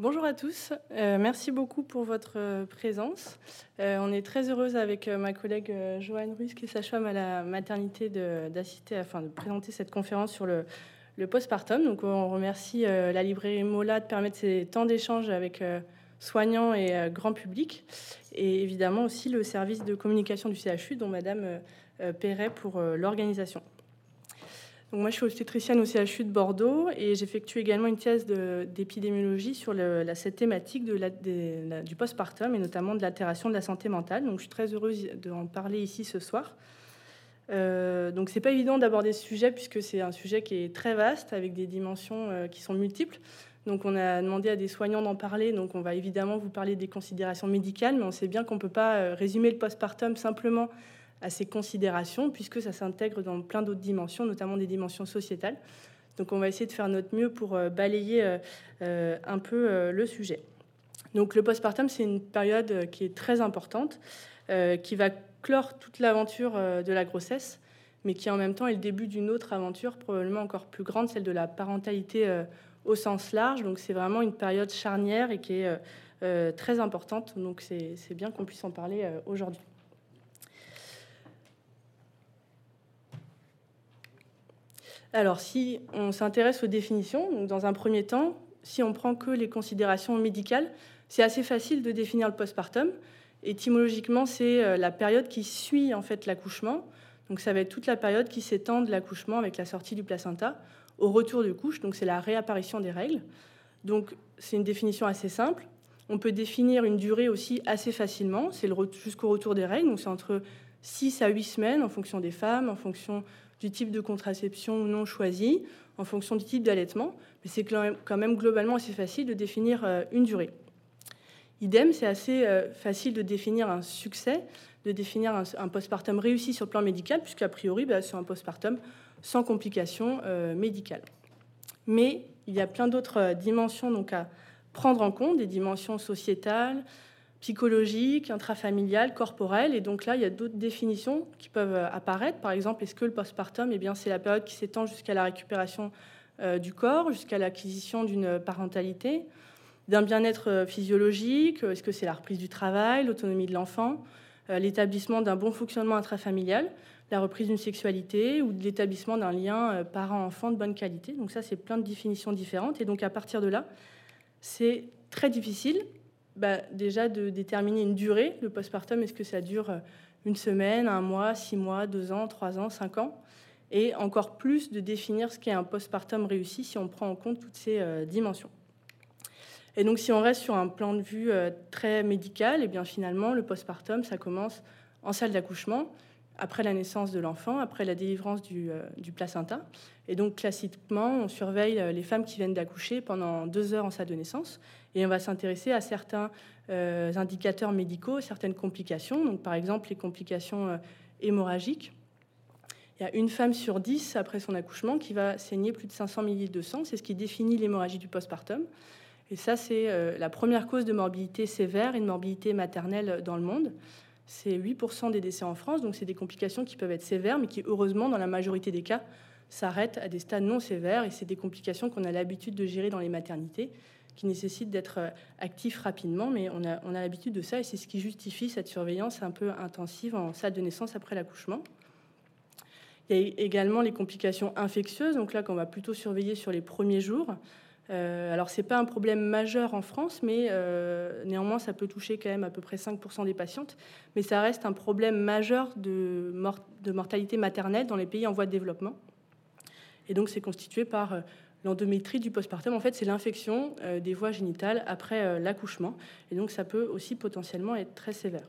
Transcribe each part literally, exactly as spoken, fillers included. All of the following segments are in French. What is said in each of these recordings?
Bonjour à tous, euh, merci beaucoup pour votre euh, présence. Euh, on est très heureuse avec euh, ma collègue euh, Joanne Ruiz, qui est sage-femme à la maternité, de, d'assister, enfin de présenter cette conférence sur le, le postpartum. Donc on remercie euh, la librairie Mola de permettre ces temps d'échange avec euh, soignants et euh, grand public. Et évidemment aussi le service de communication du C H U, dont Madame euh, euh, Perret pour euh, l'organisation. Donc moi, je suis obstétricienne au C H U de Bordeaux et j'effectue également une thèse de, d'épidémiologie sur le, la, cette thématique de la, de, la, du postpartum et notamment de l'altération de la santé mentale. Donc je suis très heureuse d'en parler ici ce soir. Euh, donc c'est pas évident d'aborder ce sujet puisque c'est un sujet qui est très vaste avec des dimensions euh, qui sont multiples. Donc on a demandé à des soignants d'en parler. Donc on va évidemment vous parler des considérations médicales, mais on sait bien qu'on ne peut pas résumer le postpartum simplement à ces considérations, puisque ça s'intègre dans plein d'autres dimensions, notamment des dimensions sociétales. Donc on va essayer de faire notre mieux pour balayer euh, un peu euh, le sujet. Donc le postpartum, c'est une période qui est très importante, euh, qui va clore toute l'aventure euh, de la grossesse, mais qui en même temps est le début d'une autre aventure, probablement encore plus grande, celle de la parentalité euh, au sens large. Donc c'est vraiment une période charnière et qui est euh, euh, très importante. Donc c'est, c'est bien qu'on puisse en parler euh, aujourd'hui. Alors, si on s'intéresse aux définitions, donc dans un premier temps, si on prend que les considérations médicales, c'est assez facile de définir le postpartum. Étymologiquement, c'est la période qui suit en fait l'accouchement. Donc, ça va être toute la période qui s'étend de l'accouchement avec la sortie du placenta au retour de couche. Donc, c'est la réapparition des règles. Donc, c'est une définition assez simple. On peut définir une durée aussi assez facilement. C'est le re- jusqu'au retour des règles. Donc, c'est entre six à huit semaines en fonction des femmes, en fonction du type de contraception ou non choisi, en fonction du type d'allaitement. Mais c'est quand même globalement assez facile de définir une durée. Idem, c'est assez facile de définir un succès, de définir un, un postpartum réussi sur le plan médical, puisqu'a priori, bah, c'est un postpartum sans complications euh, médicales. Mais il y a plein d'autres dimensions donc, à prendre en compte, des dimensions sociétales, psychologiques, intrafamiliales, corporelles. Et donc là, il y a d'autres définitions qui peuvent apparaître. Par exemple, est-ce que le postpartum, eh bien, c'est la période qui s'étend jusqu'à la récupération euh, du corps, jusqu'à l'acquisition d'une parentalité, d'un bien-être physiologique? Est-ce que c'est la reprise du travail, l'autonomie de l'enfant, euh, l'établissement d'un bon fonctionnement intrafamilial, la reprise d'une sexualité ou de l'établissement d'un lien euh, parent-enfant de bonne qualité? Donc ça, c'est plein de définitions différentes. Et donc à partir de là, c'est très difficile bah, déjà de déterminer une durée. Le postpartum, est-ce que ça dure une semaine, un mois, six mois, deux ans, trois ans, cinq ans? Et encore plus de définir ce qu'est un postpartum réussi si on prend en compte toutes ces euh, dimensions. Et donc si on reste sur un plan de vue euh, très médical, et bien finalement le postpartum, ça commence en salle d'accouchement, après la naissance de l'enfant, après la délivrance du, euh, du placenta. Et donc classiquement, on surveille les femmes qui viennent d'accoucher pendant deux heures en salle de naissance. Et on va s'intéresser à certains euh, indicateurs médicaux, certaines complications. Donc par exemple, les complications euh, hémorragiques. Il y a une femme sur dix après son accouchement qui va saigner plus de cinq cents millilitres de sang. C'est ce qui définit l'hémorragie du postpartum. Et ça, c'est euh, la première cause de morbidité sévère et de morbidité maternelle dans le monde. C'est huit pour cent des décès en France, donc c'est des complications qui peuvent être sévères, mais qui, heureusement, dans la majorité des cas, s'arrêtent à des stades non sévères. Et c'est des complications qu'on a l'habitude de gérer dans les maternités, qui nécessitent d'être actifs rapidement, mais on a, on a l'habitude de ça, et c'est ce qui justifie cette surveillance un peu intensive en salle de naissance après l'accouchement. Il y a également les complications infectieuses, donc là qu'on va plutôt surveiller sur les premiers jours. Euh, alors, ce n'est pas un problème majeur en France, mais euh, néanmoins, ça peut toucher quand même à peu près cinq pour cent des patientes. Mais ça reste un problème majeur de, mort- de mortalité maternelle dans les pays en voie de développement. Et donc, c'est constitué par euh, l'endométrite du postpartum. En fait, c'est l'infection euh, des voies génitales après euh, l'accouchement. Et donc, ça peut aussi potentiellement être très sévère.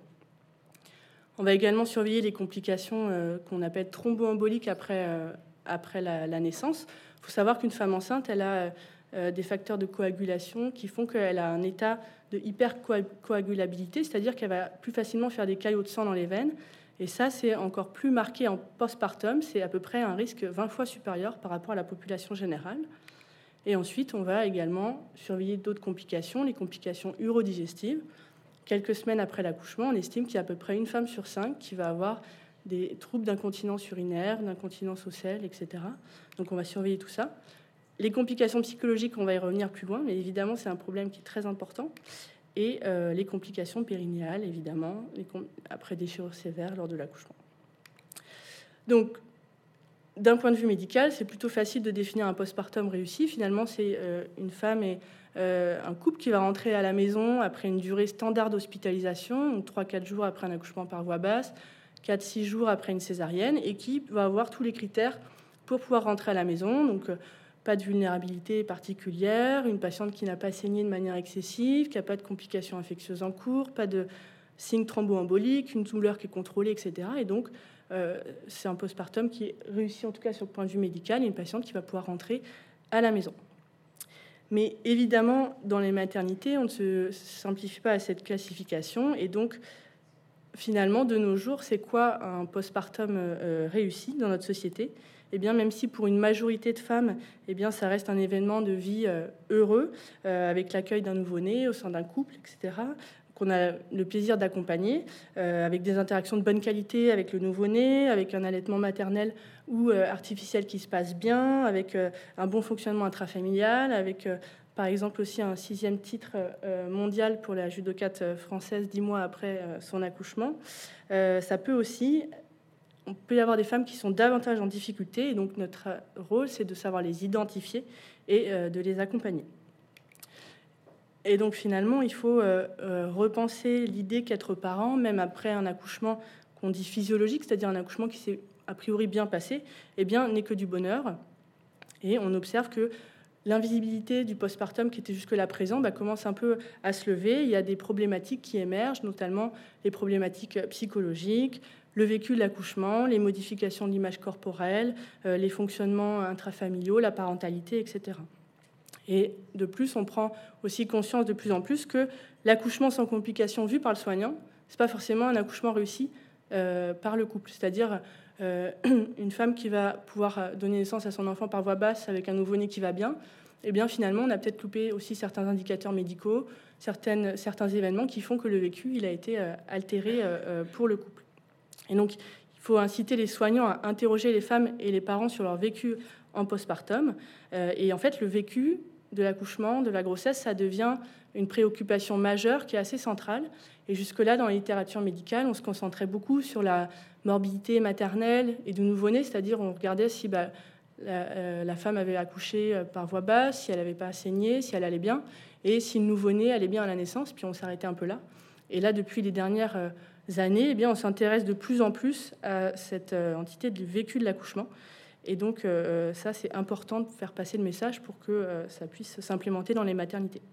On va également surveiller les complications euh, qu'on appelle thromboemboliques après, euh, après la, la naissance. Il faut savoir qu'une femme enceinte, elle a... Euh, Euh, des facteurs de coagulation qui font qu'elle a un état de hypercoagulabilité, c'est-à-dire qu'elle va plus facilement faire des caillots de sang dans les veines. Et ça, c'est encore plus marqué en postpartum. C'est à peu près un risque vingt fois supérieur par rapport à la population générale. Et ensuite, on va également surveiller d'autres complications, les complications urodigestives. Quelques semaines après l'accouchement, on estime qu'il y a à peu près une femme sur cinq qui va avoir des troubles d'incontinence urinaire, d'incontinence aux selles, et cetera. Donc on va surveiller tout ça. Les complications psychologiques, on va y revenir plus loin, mais évidemment, c'est un problème qui est très important. Et euh, les complications périnéales, évidemment, les com- après déchirure sévère lors de l'accouchement. Donc, d'un point de vue médical, c'est plutôt facile de définir un postpartum réussi. Finalement, c'est euh, une femme et euh, un couple qui va rentrer à la maison après une durée standard d'hospitalisation, donc trois à quatre jours après un accouchement par voie basse, quatre à six jours après une césarienne, et qui va avoir tous les critères pour pouvoir rentrer à la maison. Donc, euh, pas de vulnérabilité particulière, une patiente qui n'a pas saigné de manière excessive, qui n'a pas de complications infectieuses en cours, pas de signes thromboemboliques, une douleur qui est contrôlée, et cetera. Et donc, euh, c'est un postpartum qui est réussi, en tout cas sur le point de vue médical, et une patiente qui va pouvoir rentrer à la maison. Mais évidemment, dans les maternités, on ne se simplifie pas à cette classification. Et donc, finalement, de nos jours, c'est quoi un postpartum euh, réussi dans notre société ? Eh bien, même si pour une majorité de femmes, eh bien, ça reste un événement de vie euh, heureux, euh, avec l'accueil d'un nouveau-né au sein d'un couple, et cetera, qu'on a le plaisir d'accompagner, euh, avec des interactions de bonne qualité avec le nouveau-né, avec un allaitement maternel ou euh, artificiel qui se passe bien, avec euh, un bon fonctionnement intrafamilial, avec euh, par exemple aussi un sixième titre euh, mondial pour la judokate française dix mois après euh, son accouchement. Euh, ça peut aussi... On peut y avoir des femmes qui sont davantage en difficulté, et donc notre rôle, c'est de savoir les identifier et euh, de les accompagner. Et donc finalement, il faut euh, euh, repenser l'idée qu'être parent, même après un accouchement qu'on dit physiologique, c'est-à-dire un accouchement qui s'est a priori bien passé, eh bien, n'est que du bonheur. Et on observe que l'invisibilité du postpartum qui était jusque-là présent bah, commence un peu à se lever. Il y a des problématiques qui émergent, notamment les problématiques psychologiques, le vécu de l'accouchement, les modifications de l'image corporelle, euh, les fonctionnements intrafamiliaux, la parentalité, et cetera. Et de plus, on prend aussi conscience de plus en plus que l'accouchement sans complications vu par le soignant, c'est pas forcément un accouchement réussi euh, par le couple. C'est-à-dire euh, une femme qui va pouvoir donner naissance à son enfant par voie basse avec un nouveau-né qui va bien, eh bien finalement, on a peut-être loupé aussi certains indicateurs médicaux, certaines, certains événements qui font que le vécu il a été euh, altéré euh, pour le couple. Et donc, il faut inciter les soignants à interroger les femmes et les parents sur leur vécu en postpartum. Euh, et en fait, le vécu de l'accouchement, de la grossesse, ça devient une préoccupation majeure qui est assez centrale. Et jusque-là, dans la littérature médicale, on se concentrait beaucoup sur la morbidité maternelle et du nouveau-né, c'est-à-dire on regardait si bah, la, euh, la femme avait accouché par voie basse, si elle n'avait pas saigné, si elle allait bien, et si le nouveau-né allait bien à la naissance, puis on s'arrêtait un peu là. Et là, depuis les dernières euh, années, eh bien, on s'intéresse de plus en plus à cette euh, entité du vécu de l'accouchement. Et donc, euh, ça, c'est important de faire passer le message pour que euh, ça puisse s'implémenter dans les maternités.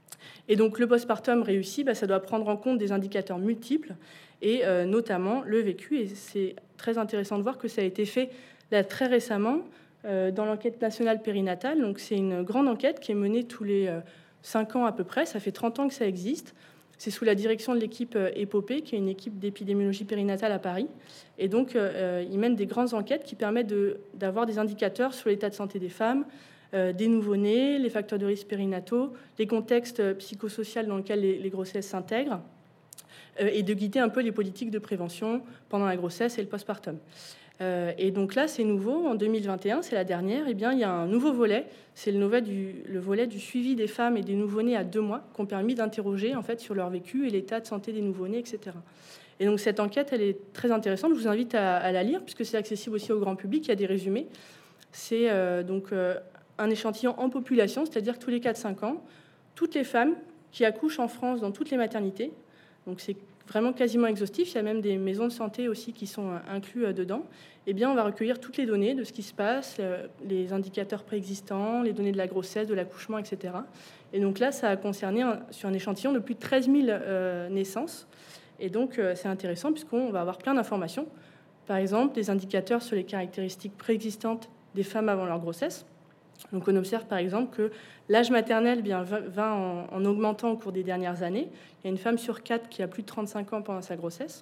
Et donc, le postpartum réussi, bah, ça doit prendre en compte des indicateurs multiples, et euh, notamment le vécu. Et c'est très intéressant de voir que ça a été fait là, très récemment euh, dans l'enquête nationale périnatale. Donc, c'est une grande enquête qui est menée tous les euh, cinq ans à peu près. Ça fait trente ans que ça existe. C'est sous la direction de l'équipe Épopée, qui est une équipe d'épidémiologie périnatale à Paris. Et donc, euh, ils mènent des grandes enquêtes qui permettent de, d'avoir des indicateurs sur l'état de santé des femmes, euh, des nouveau-nés, les facteurs de risque périnataux, les contextes psychosociaux dans lesquels les, les grossesses s'intègrent, euh, et de guider un peu les politiques de prévention pendant la grossesse et le postpartum. Euh, et donc là, c'est nouveau. En deux mille vingt et un, c'est la dernière. Eh bien, il y a un nouveau volet. C'est le, volet du, le volet du suivi des femmes et des nouveau-nés à deux mois, qui ont permis d'interroger en fait sur leur vécu et l'état de santé des nouveau-nés, et cetera. Et donc cette enquête, elle est très intéressante. Je vous invite à, à la lire puisque c'est accessible aussi au grand public. Il y a des résumés. C'est euh, donc euh, un échantillon en population, c'est-à-dire que tous les quatre à cinq ans, toutes les femmes qui accouchent en France dans toutes les maternités. Donc c'est vraiment quasiment exhaustif, il y a même des maisons de santé aussi qui sont inclus dedans, eh bien on va recueillir toutes les données de ce qui se passe, les indicateurs préexistants, les données de la grossesse, de l'accouchement, et cetera. Et donc là, ça a concerné un, sur un échantillon de plus de treize mille euh, naissances. Et donc euh, c'est intéressant puisqu'on va avoir plein d'informations. Par exemple, des indicateurs sur les caractéristiques préexistantes des femmes avant leur grossesse. Donc on observe par exemple que l'âge maternel bien, va en, en augmentant au cours des dernières années. Il y a une femme sur quatre qui a plus de trente-cinq ans pendant sa grossesse.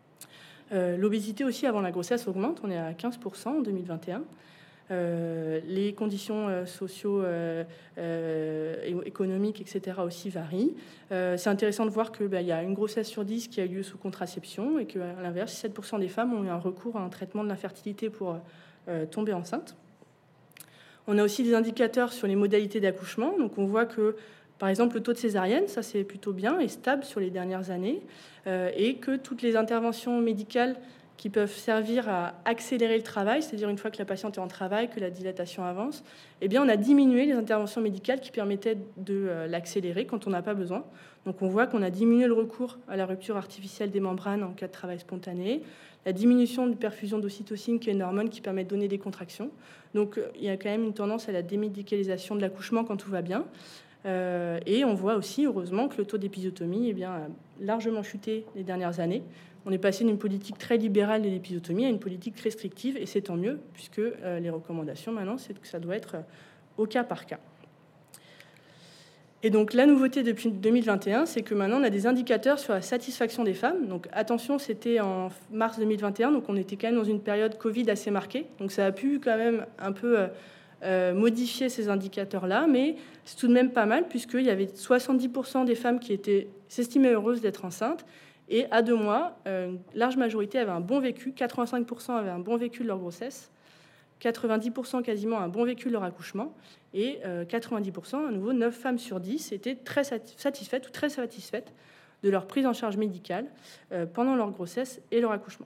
Euh, l'obésité aussi avant la grossesse augmente, on est à quinze pour cent en deux mille vingt et un. Euh, les conditions euh, socio euh, euh, économiques, et cetera aussi varient. Euh, c'est intéressant de voir qu'il bah, y a une grossesse sur dix qui a lieu sous contraception et qu'à l'inverse, sept pour cent des femmes ont eu un recours à un traitement de l'infertilité pour euh, tomber enceinte. On a aussi des indicateurs sur les modalités d'accouchement. Donc on voit que, par exemple, le taux de césarienne, ça c'est plutôt bien et stable sur les dernières années, euh, et que toutes les interventions médicales qui peuvent servir à accélérer le travail, c'est-à-dire une fois que la patiente est en travail, que la dilatation avance, eh bien on a diminué les interventions médicales qui permettaient de euh, l'accélérer quand on n'a pas besoin. Donc on voit qu'on a diminué le recours à la rupture artificielle des membranes en cas de travail spontané, la diminution de perfusion d'ocytocine, qui est une hormone qui permet de donner des contractions. Donc il y a quand même une tendance à la démédicalisation de l'accouchement quand tout va bien. Euh, et on voit aussi, heureusement, que le taux d'épisiotomie eh bien, a largement chuté les dernières années. On est passé d'une politique très libérale de l'épisiotomie à une politique restrictive, et c'est tant mieux, puisque euh, les recommandations maintenant, c'est que ça doit être euh, au cas par cas. Et donc la nouveauté depuis deux mille vingt et un, c'est que maintenant on a des indicateurs sur la satisfaction des femmes. Donc attention, c'était en mars deux mille vingt et un, donc on était quand même dans une période Covid assez marquée. Donc ça a pu quand même un peu euh, euh, modifier ces indicateurs-là, mais c'est tout de même pas mal, puisqu'il y avait soixante-dix pour cent des femmes qui étaient, s'estimaient heureuses d'être enceintes. Et à deux mois, une large majorité avait un bon vécu, quatre-vingt-cinq pour cent avaient un bon vécu de leur grossesse, quatre-vingt-dix pour cent quasiment un bon vécu de leur accouchement, et quatre-vingt-dix pour cent, à nouveau, neuf femmes sur dix étaient très satisfaites ou très satisfaites de leur prise en charge médicale pendant leur grossesse et leur accouchement.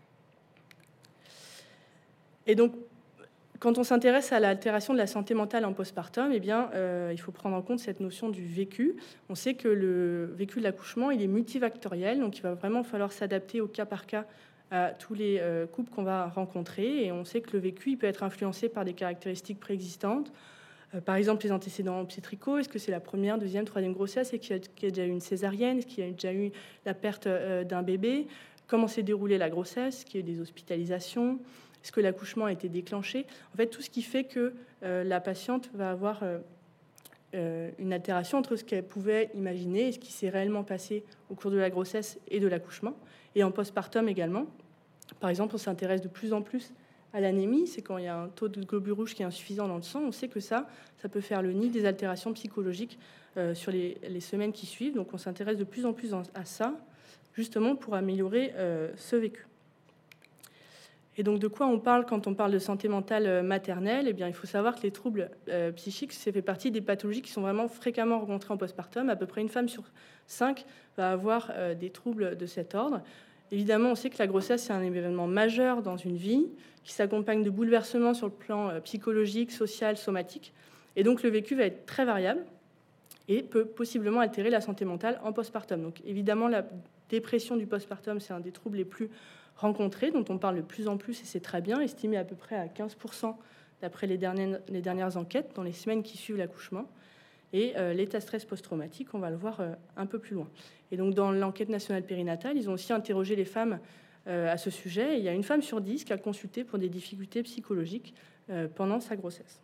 Et donc, quand on s'intéresse à l'altération de la santé mentale en postpartum, eh bien, euh, il faut prendre en compte cette notion du vécu. On sait que le vécu de l'accouchement, il est multifactoriel, donc il va vraiment falloir s'adapter au cas par cas à tous les euh, couples qu'on va rencontrer. Et on sait que le vécu, il peut être influencé par des caractéristiques préexistantes. Euh, par exemple, les antécédents obstétricaux. Est-ce que c'est la première, deuxième, troisième grossesse? Est-ce qu'il y a, qu'il y a déjà eu une césarienne? Est-ce qu'il y a déjà eu la perte euh, d'un bébé? Comment s'est déroulée la grossesse? Est-ce qu'il y a eu des hospitalisations? Est-ce que l'accouchement a été déclenché? En fait, tout ce qui fait que euh, la patiente va avoir euh, euh, une altération entre ce qu'elle pouvait imaginer et ce qui s'est réellement passé au cours de la grossesse et de l'accouchement, et en postpartum également. Par exemple, on s'intéresse de plus en plus à l'anémie, c'est quand il y a un taux de globules rouges qui est insuffisant dans le sang. On sait que ça, ça peut faire le nid des altérations psychologiques euh, sur les, les semaines qui suivent. Donc on s'intéresse de plus en plus à ça, justement pour améliorer euh, ce vécu. Et donc, de quoi on parle quand on parle de santé mentale maternelle? Eh bien, il faut savoir que les troubles euh, psychiques, ça fait partie des pathologies qui sont vraiment fréquemment rencontrées en postpartum. À peu près une femme sur cinq va avoir euh, des troubles de cet ordre. Évidemment, on sait que la grossesse, c'est un événement majeur dans une vie qui s'accompagne de bouleversements sur le plan euh, psychologique, social, somatique. Et donc, le vécu va être très variable et peut possiblement altérer la santé mentale en postpartum. Donc, évidemment, la dépression du postpartum, c'est un des troubles les plus rencontrés, dont on parle de plus en plus, et c'est très bien, estimé à peu près à quinze pour cent d'après les dernières, les dernières enquêtes dans les semaines qui suivent l'accouchement. Et euh, l'état stress post-traumatique, on va le voir euh, un peu plus loin. Et donc dans l'enquête nationale périnatale, ils ont aussi interrogé les femmes euh, à ce sujet. Et il y a une femme sur dix qui a consulté pour des difficultés psychologiques euh, pendant sa grossesse.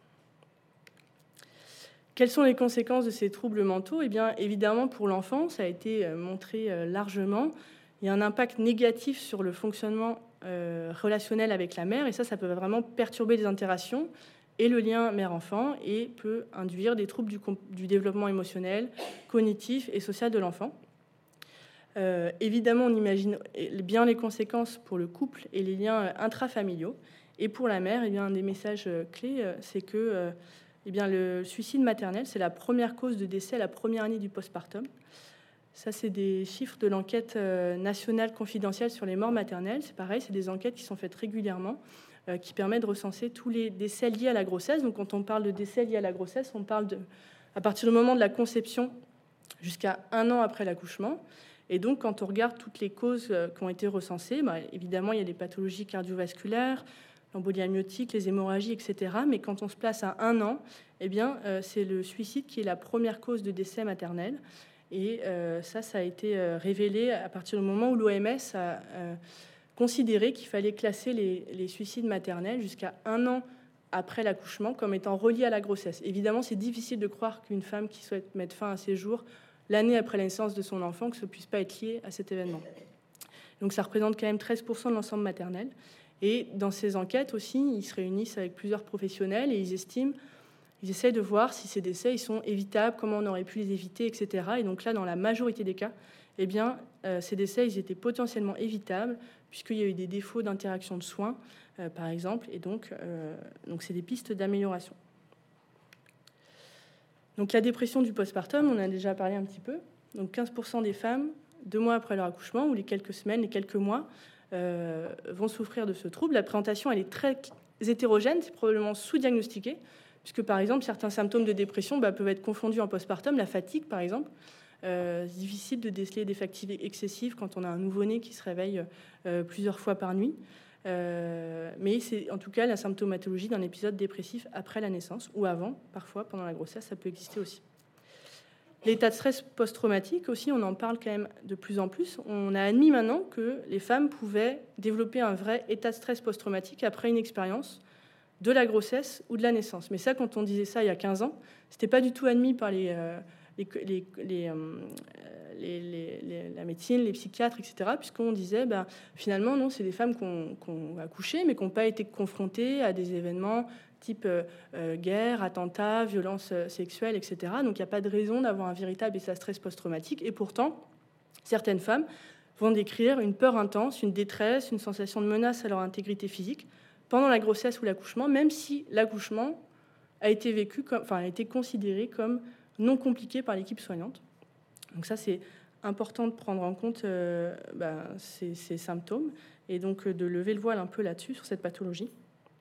Quelles sont les conséquences de ces troubles mentaux? Eh bien, évidemment, pour l'enfant, ça a été euh, montré euh, largement. Il y a un impact négatif sur le fonctionnement euh, relationnel avec la mère, et ça, ça peut vraiment perturber les interactions et le lien mère-enfant, et peut induire des troubles du, du développement émotionnel, cognitif et social de l'enfant. Euh, évidemment, on imagine bien les conséquences pour le couple et les liens intrafamiliaux. Et pour la mère, eh bien, un des messages clés, c'est que euh, eh bien, le suicide maternel, c'est la première cause de décès à la première année du postpartum. Ça, c'est des chiffres de l'enquête nationale confidentielle sur les morts maternelles. C'est pareil, c'est des enquêtes qui sont faites régulièrement, euh, qui permettent de recenser tous les décès liés à la grossesse. Donc, quand on parle de décès liés à la grossesse, on parle de, à partir du moment de la conception jusqu'à un an après l'accouchement. Et donc, quand on regarde toutes les causes euh, qui ont été recensées, bah, évidemment, il y a les pathologies cardiovasculaires, l'embolie amniotique, les hémorragies, et cetera. Mais quand on se place à un an, eh bien, euh, c'est le suicide qui est la première cause de décès maternel. Et euh, ça, ça a été euh, révélé à partir du moment où l'O M S a euh, considéré qu'il fallait classer les, les suicides maternels jusqu'à un an après l'accouchement comme étant reliés à la grossesse. Évidemment, c'est difficile de croire qu'une femme qui souhaite mettre fin à ses jours l'année après la naissance de son enfant, que ça ne puisse pas être lié à cet événement. Donc ça représente quand même treize pour cent de l'ensemble maternel. Et dans ces enquêtes aussi, ils se réunissent avec plusieurs professionnels et ils estiment Ils essayent de voir si ces décès ils sont évitables, comment on aurait pu les éviter, et cetera. Et donc là, dans la majorité des cas, eh bien, euh, ces décès ils étaient potentiellement évitables, puisqu'il y a eu des défauts d'interaction de soins, euh, par exemple. Et donc, euh, donc, c'est des pistes d'amélioration. Donc la dépression du postpartum, on a déjà parlé un petit peu. Donc quinze pour cent des femmes, deux mois après leur accouchement, ou les quelques semaines, les quelques mois, euh, vont souffrir de ce trouble. La présentation, elle est très hétérogène, c'est probablement sous-diagnostiqué, puisque par exemple, certains symptômes de dépression bah, peuvent être confondus en postpartum, la fatigue par exemple. Euh, c'est difficile de déceler des fatigues excessives quand on a un nouveau-né qui se réveille euh, plusieurs fois par nuit. Euh, mais c'est en tout cas la symptomatologie d'un épisode dépressif après la naissance ou avant, parfois pendant la grossesse, ça peut exister aussi. L'état de stress post-traumatique aussi, on en parle quand même de plus en plus. On a admis maintenant que les femmes pouvaient développer un vrai état de stress post-traumatique après une expérience de la grossesse ou de la naissance. Mais ça, quand on disait ça il y a quinze ans, c'était pas du tout admis par les, euh, les, les, les, euh, les, les, les, la médecine, les psychiatres, et cetera, puisqu'on disait, ben, finalement, non, c'est des femmes qui ont, qui ont accouché, mais qui n'ont pas été confrontées à des événements type euh, euh, guerre, attentats, violences sexuelles, et cetera. Donc il n'y a pas de raison d'avoir un véritable état de stress post-traumatique. Et pourtant, certaines femmes vont décrire une peur intense, une détresse, une sensation de menace à leur intégrité physique pendant la grossesse ou l'accouchement, même si l'accouchement a été vécu, comme, enfin, a été considéré comme non compliqué par l'équipe soignante. Donc ça, c'est important de prendre en compte euh, ben, ces, ces symptômes et donc de lever le voile un peu là-dessus, sur cette pathologie.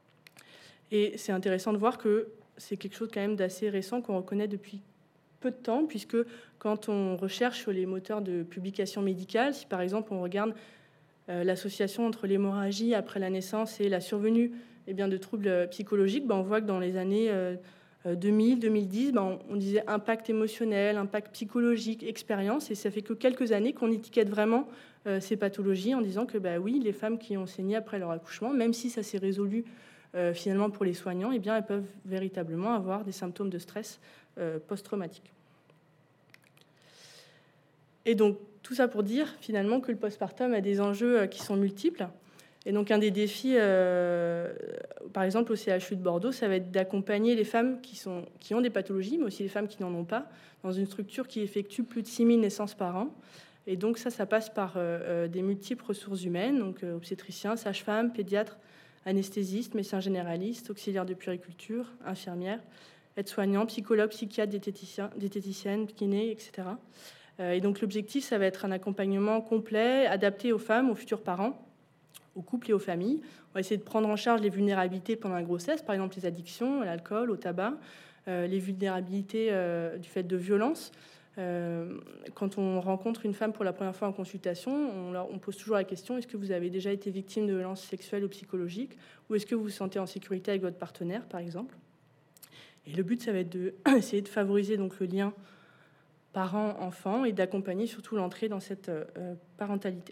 Et c'est intéressant de voir que c'est quelque chose quand même d'assez récent qu'on reconnaît depuis peu de temps, puisque quand on recherche sur les moteurs de publication médicale, si par exemple on regarde euh, l'association entre l'hémorragie après la naissance et la survenue eh bien, de troubles psychologiques, ben on voit que dans les années euh, deux mille, deux mille dix, ben on, on disait impact émotionnel, impact psychologique, expérience, et ça fait que quelques années qu'on étiquette vraiment euh, ces pathologies en disant que ben, oui, les femmes qui ont saigné après leur accouchement, même si ça s'est résolu Euh, finalement pour les soignants, eh bien, elles peuvent véritablement avoir des symptômes de stress euh, post-traumatique. Et donc, tout ça pour dire finalement que le postpartum a des enjeux euh, qui sont multiples. Et donc, un des défis, euh, par exemple, au C H U de Bordeaux, ça va être d'accompagner les femmes qui, sont, qui ont des pathologies, mais aussi les femmes qui n'en ont pas, dans une structure qui effectue plus de six mille naissances par an. Et donc, ça, ça passe par euh, des multiples ressources humaines, donc euh, obstétriciens, sages-femmes, pédiatres, anesthésistes, médecins généralistes, auxiliaires de puériculture, infirmières, aides-soignants, psychologues, psychiatres, diététiciens, diététiciennes, kinés, et cetera. Et donc l'objectif, ça va être un accompagnement complet, adapté aux femmes, aux futurs parents, aux couples et aux familles. On va essayer de prendre en charge les vulnérabilités pendant la grossesse, par exemple les addictions à l'alcool, au tabac, euh, les vulnérabilités euh, du fait de violences. Euh, quand on rencontre une femme pour la première fois en consultation, on, leur, on pose toujours la question, est-ce que vous avez déjà été victime de violences sexuelles ou psychologiques, ou est-ce que vous vous sentez en sécurité avec votre partenaire, par exemple? Et le but, ça va être d'essayer de, de favoriser donc, le lien parent-enfant et d'accompagner surtout l'entrée dans cette euh, parentalité.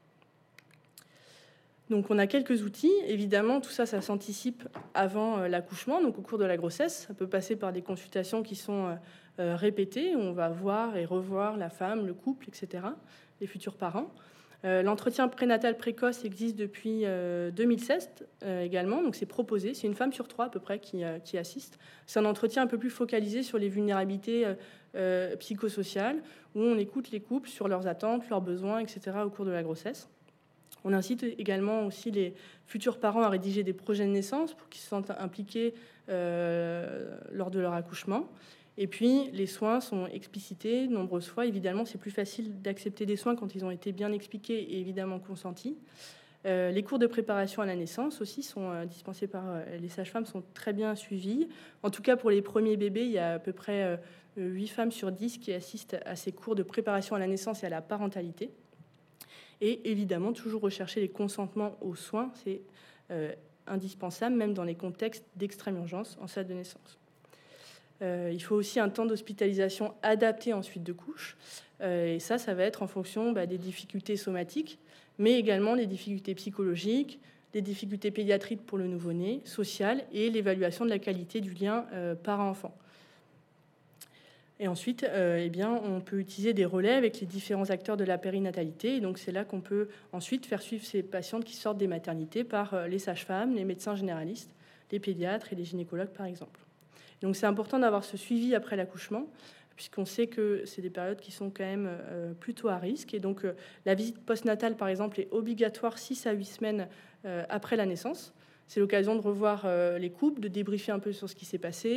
Donc on a quelques outils. Évidemment, tout ça, ça s'anticipe avant euh, l'accouchement, donc au cours de la grossesse. Ça peut passer par des consultations qui sont... Euh, Euh, répétées, où on va voir et revoir la femme, le couple, et cetera, les futurs parents. Euh, l'entretien prénatal précoce existe depuis euh, deux mille seize euh, également, donc c'est proposé. C'est une femme sur trois à peu près qui, euh, qui assiste. C'est un entretien un peu plus focalisé sur les vulnérabilités euh, euh, psychosociales, où on écoute les couples sur leurs attentes, leurs besoins, et cetera au cours de la grossesse. On incite également aussi les futurs parents à rédiger des projets de naissance pour qu'ils se sentent impliqués euh, lors de leur accouchement. Et puis, les soins sont explicités de nombreuses fois. Évidemment, c'est plus facile d'accepter des soins quand ils ont été bien expliqués et évidemment consentis. Euh, les cours de préparation à la naissance aussi sont euh, dispensés par euh, les sages-femmes, sont très bien suivis. En tout cas, pour les premiers bébés, il y a à peu près euh, huit femmes sur dix qui assistent à ces cours de préparation à la naissance et à la parentalité. Et évidemment, toujours rechercher les consentements aux soins, c'est euh, indispensable, même dans les contextes d'extrême urgence en salle de naissance. Euh, il faut aussi un temps d'hospitalisation adapté en suite de couche. Euh, et ça, ça va être en fonction bah, des difficultés somatiques, mais également des difficultés psychologiques, des difficultés pédiatriques pour le nouveau-né, sociales, et l'évaluation de la qualité du lien euh, parent-enfant. Et ensuite, euh, eh bien, on peut utiliser des relais avec les différents acteurs de la périnatalité. Et donc, c'est là qu'on peut ensuite faire suivre ces patientes qui sortent des maternités par euh, les sages-femmes, les médecins généralistes, les pédiatres et les gynécologues, par exemple. Donc c'est important d'avoir ce suivi après l'accouchement, puisqu'on sait que c'est des périodes qui sont quand même euh, plutôt à risque. Et donc euh, la visite postnatale, par exemple, est obligatoire six à huit semaines euh, après la naissance. C'est l'occasion de revoir euh, les couples, de débriefer un peu sur ce qui s'est passé,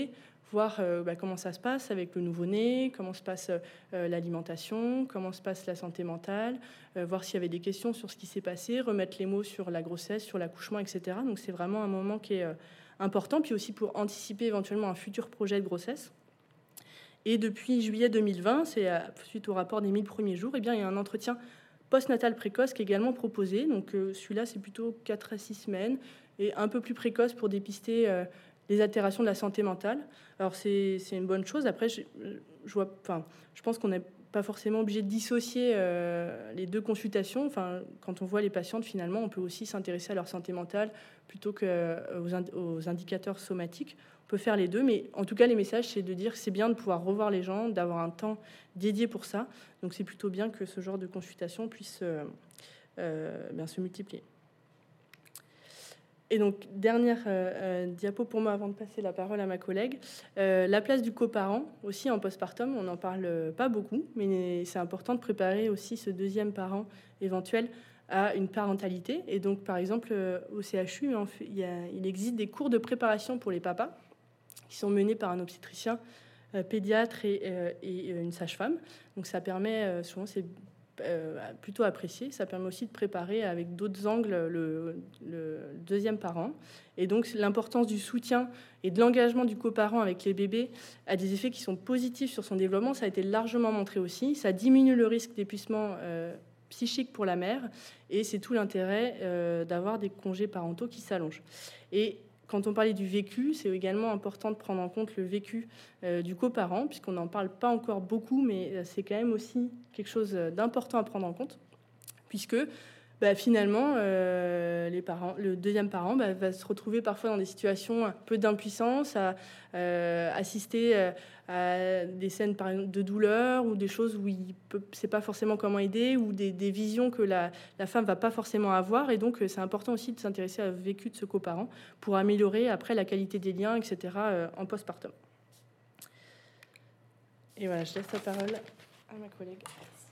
voir euh, bah, comment ça se passe avec le nouveau-né, comment se passe euh, l'alimentation, comment se passe la santé mentale, euh, voir s'il y avait des questions sur ce qui s'est passé, remettre les mots sur la grossesse, sur l'accouchement, et cetera. Donc c'est vraiment un moment qui est euh, important, puis aussi pour anticiper éventuellement un futur projet de grossesse. Et depuis juillet deux mille vingt, c'est suite au rapport des mille premiers jours, eh bien, il y a un entretien post-natal précoce qui est également proposé. Donc euh, celui-là, c'est plutôt quatre à six semaines et un peu plus précoce pour dépister euh, les altérations de la santé mentale. Alors c'est une bonne chose. Après, je, je, vois, enfin, je pense qu'on n'est pas forcément obligé de dissocier euh, les deux consultations. Enfin, quand on voit les patientes, finalement, on peut aussi s'intéresser à leur santé mentale plutôt qu'aux ind- aux indicateurs somatiques. On peut faire les deux, mais en tout cas, les messages, c'est de dire que c'est bien de pouvoir revoir les gens, d'avoir un temps dédié pour ça. Donc c'est plutôt bien que ce genre de consultation puisse euh, euh, bien se multiplier. Et donc, dernière euh, euh, diapo pour moi avant de passer la parole à ma collègue. Euh, la place du coparent, aussi en postpartum, on n'en parle pas beaucoup, mais c'est important de préparer aussi ce deuxième parent éventuel à une parentalité. Et donc, par exemple, euh, au C H U, en fait, il, y a, il existe des cours de préparation pour les papas qui sont menés par un obstétricien, euh, pédiatre et, euh, et une sage-femme. Donc, ça permet, euh, souvent, c'est Euh, plutôt apprécié. Ça permet aussi de préparer avec d'autres angles le, le deuxième parent. Et donc l'importance du soutien et de l'engagement du coparent avec les bébés a des effets qui sont positifs sur son développement. Ça a été largement montré aussi. Ça diminue le risque d'épuisement euh, psychique pour la mère. Et c'est tout l'intérêt euh, d'avoir des congés parentaux qui s'allongent. Et quand on parlait du vécu, c'est également important de prendre en compte le vécu euh, du coparent, puisqu'on n'en parle pas encore beaucoup, mais c'est quand même aussi quelque chose d'important à prendre en compte, puisque bah, finalement, euh, les parents, le deuxième parent bah, va se retrouver parfois dans des situations un peu d'impuissance, à euh, assister euh, à des scènes par exemple, de douleur ou des choses où il ne sait pas forcément comment aider, ou des, des visions que la, la femme ne va pas forcément avoir. Et donc, c'est important aussi de s'intéresser au vécu de ce coparent pour améliorer après la qualité des liens, et cetera euh, en postpartum. Et voilà, je laisse la parole à ma collègue.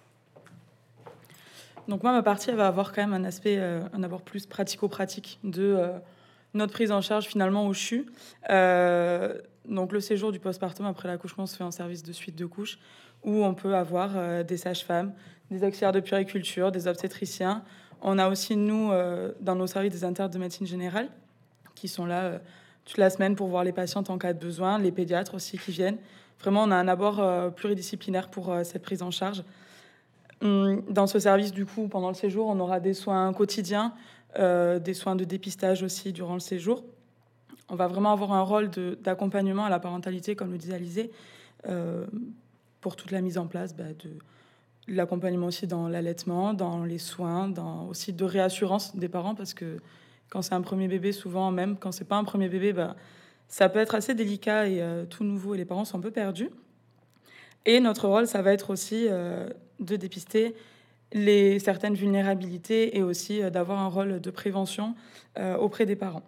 Donc moi, ma partie, elle va avoir quand même un aspect, euh, un abord plus pratico-pratique de euh, notre prise en charge finalement au C H U. Euh, donc le séjour du postpartum après l'accouchement se fait en service de suite de couches, où on peut avoir euh, des sages-femmes, des auxiliaires de puériculture, des obstétriciens. On a aussi, nous, euh, dans nos services, des internes de médecine générale qui sont là euh, toute la semaine pour voir les patientes en cas de besoin, les pédiatres aussi qui viennent. Vraiment, on a un abord euh, pluridisciplinaire pour euh, cette prise en charge. Dans ce service, du coup, pendant le séjour, on aura des soins quotidiens, euh, des soins de dépistage aussi durant le séjour. On va vraiment avoir un rôle d'accompagnement à la parentalité, comme le disait Alizé, euh, pour toute la mise en place bah, de l'accompagnement aussi dans l'allaitement, dans les soins, dans aussi de réassurance des parents, parce que quand c'est un premier bébé, souvent, même quand c'est pas un premier bébé, bah, ça peut être assez délicat et euh, tout nouveau, et les parents sont un peu perdus. Et notre rôle, ça va être aussi euh, de dépister les, certaines vulnérabilités et aussi euh, d'avoir un rôle de prévention euh, auprès des parents.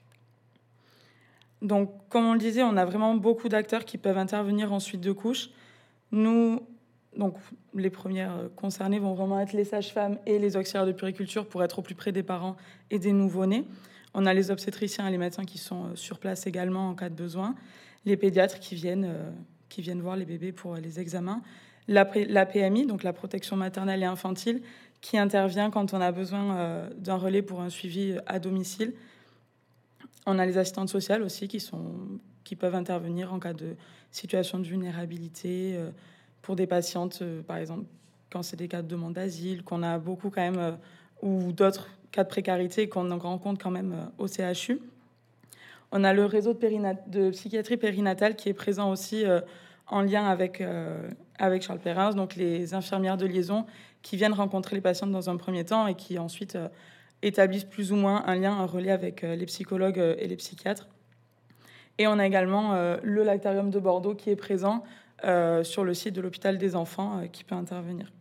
Donc, comme on le disait, on a vraiment beaucoup d'acteurs qui peuvent intervenir en suite de couches. Nous, donc, les premières concernées vont vraiment être les sages-femmes et les auxiliaires de puériculture pour être au plus près des parents et des nouveau-nés. On a les obstétriciens et les médecins qui sont sur place également en cas de besoin. Les pédiatres qui viennent... Euh, qui viennent voir les bébés pour les examens. La, la P M I, donc la protection maternelle et infantile, qui intervient quand on a besoin euh, d'un relais pour un suivi à domicile. On a les assistantes sociales aussi qui, sont, qui peuvent intervenir en cas de situation de vulnérabilité euh, pour des patientes, euh, par exemple, quand c'est des cas de demande d'asile, qu'on a beaucoup quand même, euh, ou d'autres cas de précarité qu'on rencontre quand même euh, au C H U. On a le réseau de, périnat- de psychiatrie périnatale qui est présent aussi euh, en lien avec, euh, avec Charles Perrin, donc les infirmières de liaison qui viennent rencontrer les patientes dans un premier temps et qui ensuite euh, établissent plus ou moins un lien, un relais avec euh, les psychologues euh, et les psychiatres. Et on a également euh, le Lactarium de Bordeaux qui est présent euh, sur le site de l'hôpital des enfants euh, qui peut intervenir.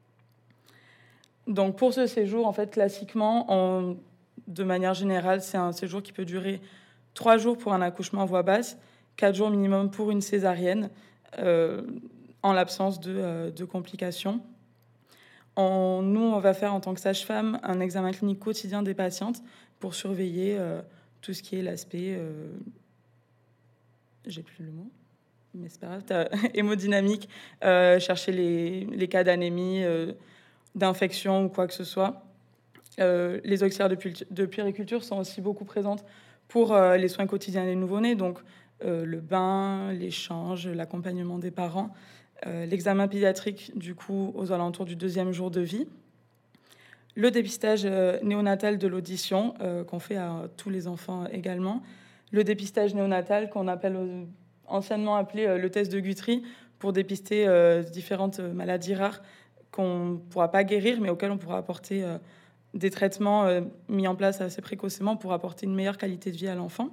Donc pour ce séjour, en fait, classiquement, on, de manière générale, c'est un séjour qui peut durer trois jours pour un accouchement en voie basse, quatre jours minimum pour une césarienne, euh, en l'absence de, euh, de complications. On, nous, on va faire en tant que sage-femme un examen clinique quotidien des patientes pour surveiller euh, tout ce qui est l'aspect... Euh, j'ai plus le mot. mais c'est pas grave, hémodynamique, euh, chercher les, les cas d'anémie, euh, d'infection ou quoi que ce soit. Euh, les auxiliaires de, pu- de puériculture sont aussi beaucoup présentes pour euh, les soins quotidiens des nouveau-nés, donc euh, le bain, l'échange, l'accompagnement des parents, euh, l'examen pédiatrique du coup aux alentours du deuxième jour de vie, le dépistage euh, néonatal de l'audition euh, qu'on fait à tous les enfants également, le dépistage néonatal qu'on appelle euh, anciennement appelé euh, le test de Guthrie pour dépister euh, différentes maladies rares qu'on ne pourra pas guérir mais auxquelles on pourra apporter euh, des traitements euh, mis en place assez précocement pour apporter une meilleure qualité de vie à l'enfant.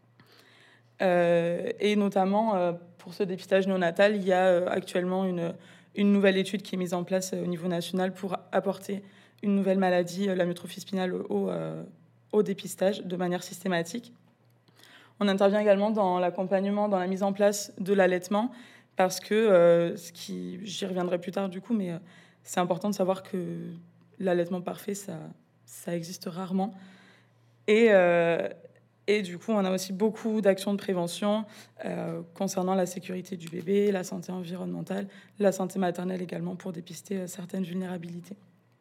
Euh, et notamment, euh, pour ce dépistage néonatal, il y a euh, actuellement une, une nouvelle étude qui est mise en place euh, au niveau national pour apporter une nouvelle maladie, euh, la myotrophie spinale, au, euh, au dépistage de manière systématique. On intervient également dans l'accompagnement, dans la mise en place de l'allaitement, parce que, euh, ce qui, j'y reviendrai plus tard du coup, mais euh, c'est important de savoir que l'allaitement parfait, ça, ça existe rarement. Et, euh, et du coup, on a aussi beaucoup d'actions de prévention euh, concernant la sécurité du bébé, la santé environnementale, la santé maternelle également, pour dépister euh, certaines vulnérabilités.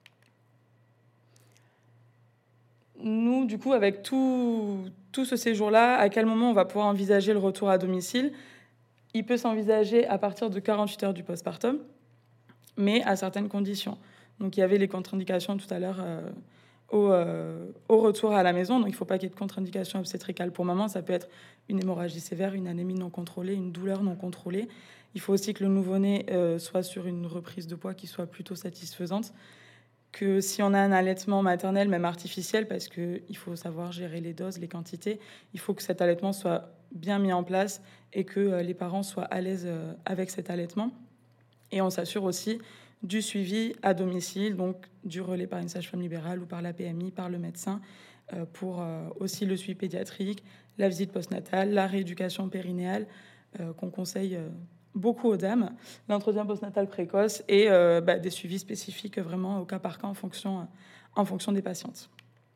Nous, du coup, avec tout, tout ce séjour-là, à quel moment on va pouvoir envisager le retour à domicile? Il peut s'envisager à partir de quarante-huit heures du postpartum, mais à certaines conditions. Donc, il y avait les contre-indications tout à l'heure euh, au, euh, au retour à la maison. Donc, il ne faut pas qu'il y ait de contre-indications obstétricales pour maman. Ça peut être une hémorragie sévère, une anémie non contrôlée, une douleur non contrôlée. Il faut aussi que le nouveau-né euh, soit sur une reprise de poids qui soit plutôt satisfaisante. Que si on a un allaitement maternel, même artificiel, parce qu'il faut savoir gérer les doses, les quantités, il faut que cet allaitement soit bien mis en place et que euh, les parents soient à l'aise euh, avec cet allaitement. Et on s'assure aussi du suivi à domicile, donc du relais par une sage-femme libérale ou par la P M I, par le médecin, euh, pour euh, aussi le suivi pédiatrique, la visite postnatale, la rééducation périnéale, euh, qu'on conseille euh, beaucoup aux dames, l'entretien postnatal précoce et euh, bah, des suivis spécifiques vraiment au cas par cas en fonction, en fonction des patientes.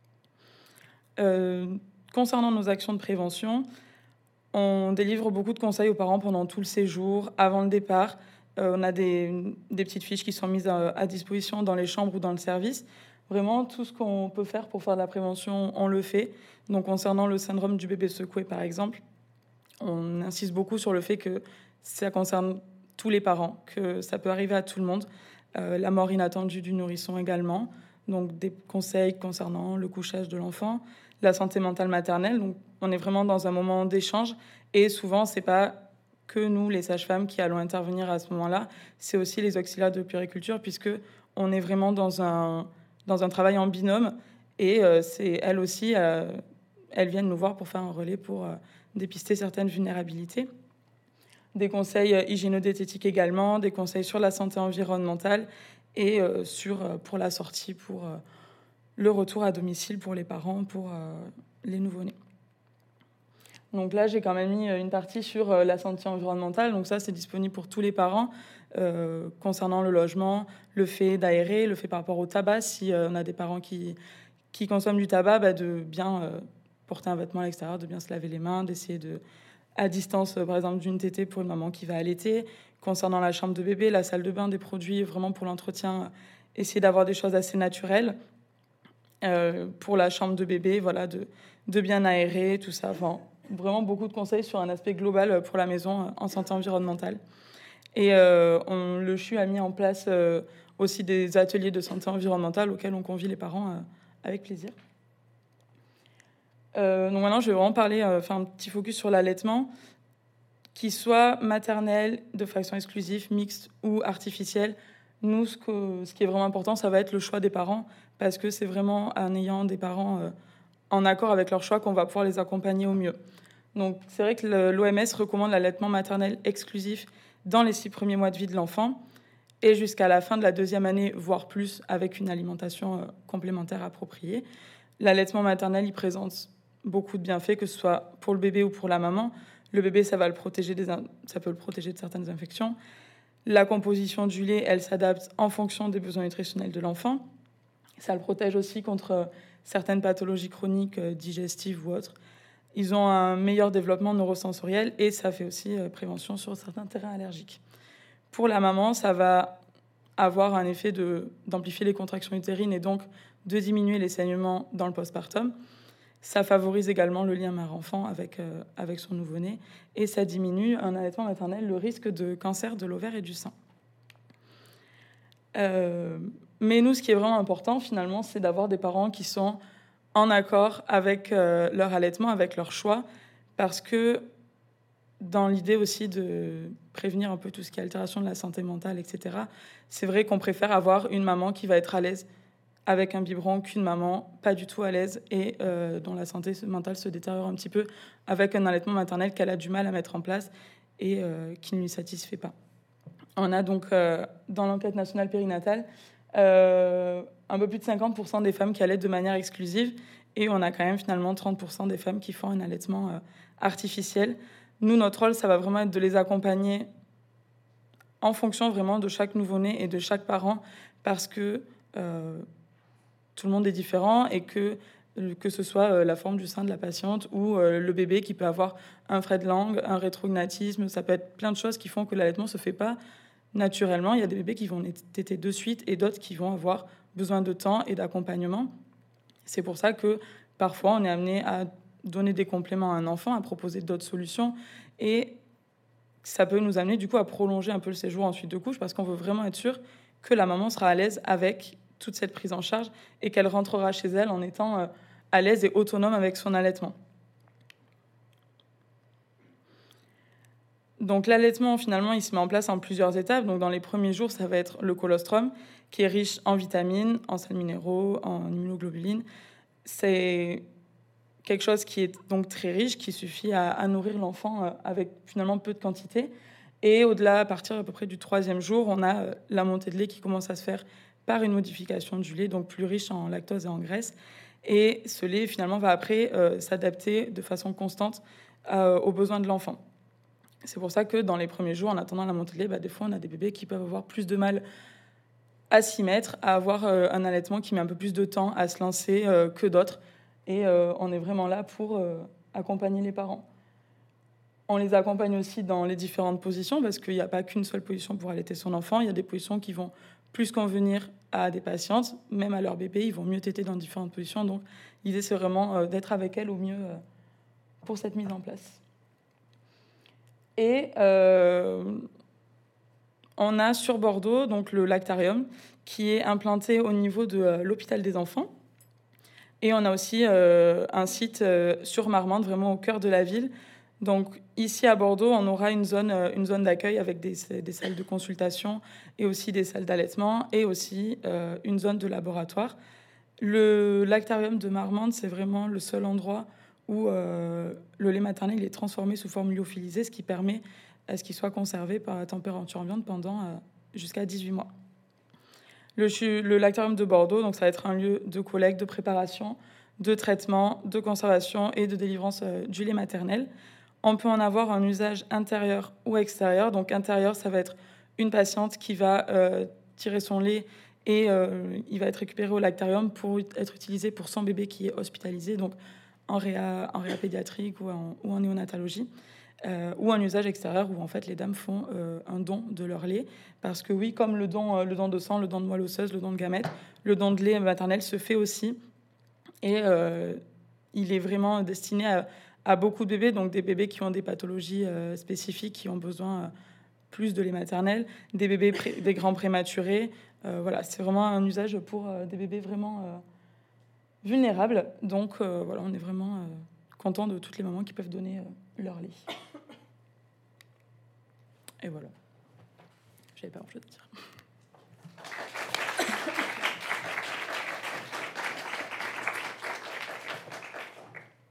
Euh, concernant nos actions de prévention, on délivre beaucoup de conseils aux parents pendant tout le séjour, avant le départ. Euh, on a des, des petites fiches qui sont mises à, à disposition dans les chambres ou dans le service. Vraiment, tout ce qu'on peut faire pour faire de la prévention, on le fait. Donc, concernant le syndrome du bébé secoué, par exemple, on insiste beaucoup sur le fait que ça concerne tous les parents, que ça peut arriver à tout le monde. Euh, la mort inattendue du nourrisson également. Donc, des conseils concernant le couchage de l'enfant, la santé mentale maternelle. Donc, on est vraiment dans un moment d'échange. Et souvent, c'est pas que nous, les sages-femmes, qui allons intervenir à ce moment-là. C'est aussi les auxiliaires de puériculture, puisque on est vraiment dans un, dans un travail en binôme. Et euh, c'est elles aussi, euh, elles viennent nous voir pour faire un relais, pour euh, dépister certaines vulnérabilités. Des conseils euh, hygiéno-diététiques également, des conseils sur la santé environnementale et euh, sur, euh, pour la sortie, pour euh, le retour à domicile pour les parents, pour euh, les nouveau-nés. Donc là, j'ai quand même mis une partie sur euh, la santé environnementale. Donc ça, c'est disponible pour tous les parents euh, concernant le logement, le fait d'aérer, le fait par rapport au tabac. Si euh, on a des parents qui, qui consomment du tabac, bah, de bien euh, porter un vêtement à l'extérieur, de bien se laver les mains, d'essayer de, à distance, euh, par exemple, d'une tétée pour une maman qui va allaiter. Concernant la chambre de bébé, la salle de bain, des produits vraiment pour l'entretien, essayer d'avoir des choses assez naturelles. Euh, pour la chambre de bébé, voilà, de, de bien aérer, tout ça. Enfin, vraiment beaucoup de conseils sur un aspect global pour la maison en santé environnementale. Et euh, on, le C H U a mis en place euh, aussi des ateliers de santé environnementale auxquels on convie les parents euh, avec plaisir. Euh, donc maintenant, je vais vraiment parler, euh, faire un petit focus sur l'allaitement, qu'il soit maternel, de façon exclusive, mixte ou artificielle. Nous, ce, que, ce qui est vraiment important, ça va être le choix des parents, parce que c'est vraiment en ayant des parents euh, en accord avec leur choix qu'on va pouvoir les accompagner au mieux. Donc, c'est vrai que l'O M S recommande l'allaitement maternel exclusif dans les six premiers mois de vie de l'enfant et jusqu'à la fin de la deuxième année, voire plus, avec une alimentation euh, complémentaire appropriée. L'allaitement maternel, il présente beaucoup de bienfaits, que ce soit pour le bébé ou pour la maman. Le bébé, ça va le protéger des, ça peut le protéger de certaines infections. La composition du lait, elle s'adapte en fonction des besoins nutritionnels de l'enfant. Ça le protège aussi contre certaines pathologies chroniques, digestives ou autres. ils ont un meilleur développement neurosensoriel et ça fait aussi euh, prévention sur certains terrains allergiques. Pour la maman, ça va avoir un effet de, d'amplifier les contractions utérines et donc de diminuer les saignements dans le postpartum. Ça favorise également le lien mère-enfant avec, euh, avec son nouveau-né et ça diminue un allaitement maternel le risque de cancer de l'ovaire et du sein. Euh, mais nous, ce qui est vraiment important, finalement, c'est d'avoir des parents qui sont en accord avec euh, leur allaitement, avec leur choix, parce que dans l'idée aussi de prévenir un peu tout ce qui est altération de la santé mentale, et cetera, c'est vrai qu'on préfère avoir une maman qui va être à l'aise avec un biberon qu'une maman pas du tout à l'aise et euh, dont la santé mentale se détériore un petit peu avec un allaitement maternel qu'elle a du mal à mettre en place et euh, qui ne lui satisfait pas. On a donc, euh, dans l'enquête nationale périnatale, euh, un peu plus de cinquante pour cent des femmes qui allaitent de manière exclusive et on a quand même finalement trente pour cent des femmes qui font un allaitement euh, artificiel. Nous, notre rôle, ça va vraiment être de les accompagner en fonction vraiment de chaque nouveau-né et de chaque parent parce que euh, tout le monde est différent et que, que ce soit euh, la forme du sein de la patiente ou euh, le bébé qui peut avoir un frais de langue, un rétrognatisme, ça peut être plein de choses qui font que l'allaitement ne se fait pas naturellement. Il y a des bébés qui vont téter de suite et d'autres qui vont avoir besoin de temps et d'accompagnement. C'est pour ça que parfois on est amené à donner des compléments à un enfant, à proposer d'autres solutions et ça peut nous amener du coup à prolonger un peu le séjour en suite de couche parce qu'on veut vraiment être sûr que la maman sera à l'aise avec toute cette prise en charge et qu'elle rentrera chez elle en étant euh, à l'aise et autonome avec son allaitement. Donc l'allaitement, finalement, il se met en place en plusieurs étapes. Donc dans les premiers jours, ça va être le colostrum, qui est riche en vitamines, en sels minéraux, en immunoglobulines. C'est quelque chose qui est donc très riche, qui suffit à, à nourrir l'enfant avec finalement peu de quantité. Et au-delà, à partir à peu près du troisième jour, on a la montée de lait qui commence à se faire par une modification du lait, donc plus riche en lactose et en graisse. Et ce lait, finalement, va après euh, s'adapter de façon constante euh, aux besoins de l'enfant. C'est pour ça que dans les premiers jours, en attendant la montée de lait, bah, des fois, on a des bébés qui peuvent avoir plus de mal à s'y mettre, à avoir euh, un allaitement qui met un peu plus de temps à se lancer euh, que d'autres. Et euh, on est vraiment là pour euh, accompagner les parents. On les accompagne aussi dans les différentes positions, parce qu'il n'y a pas qu'une seule position pour allaiter son enfant. Il y a des positions qui vont plus convenir à des patientes, même à leur bébé, ils vont mieux téter dans différentes positions. Donc l'idée, c'est vraiment euh, d'être avec elles au mieux euh, pour cette mise en place. Et euh, on a sur Bordeaux donc le lactarium qui est implanté au niveau de euh, l'hôpital des enfants. Et on a aussi euh, un site euh, sur Marmande, vraiment au cœur de la ville. Donc ici à Bordeaux, on aura une zone, euh, une zone d'accueil avec des, des salles de consultation et aussi des salles d'allaitement et aussi euh, une zone de laboratoire. Le lactarium de Marmande, c'est vraiment le seul endroit où euh, le lait maternel est transformé sous forme lyophilisée, ce qui permet à ce qu'il soit conservé par la température ambiante pendant euh, jusqu'à dix-huit mois. Le, le lactarium de Bordeaux, donc ça va être un lieu de collecte, de préparation, de traitement, de conservation et de délivrance euh, du lait maternel. On peut en avoir un usage intérieur ou extérieur. Donc intérieur, ça va être une patiente qui va euh, tirer son lait et euh, il va être récupéré au lactarium pour être utilisé pour son bébé qui est hospitalisé, donc en réa, en réa pédiatrique ou en, ou en néonatologie. Euh, ou un usage extérieur où en fait les dames font euh, un don de leur lait parce que oui, comme le don, euh, le don de sang, le don de moelle osseuse, le don de gamètes, le don de lait maternel se fait aussi et euh, il est vraiment destiné à, à beaucoup de bébés, donc des bébés qui ont des pathologies euh, spécifiques, qui ont besoin euh, plus de lait maternel, des bébés pré- des grands prématurés, euh, voilà, c'est vraiment un usage pour euh, des bébés vraiment euh, vulnérables, donc euh, voilà, on est vraiment euh, content de toutes les mamans qui peuvent donner euh, leur lait. Et voilà. J'avais pas grand-chose à dire.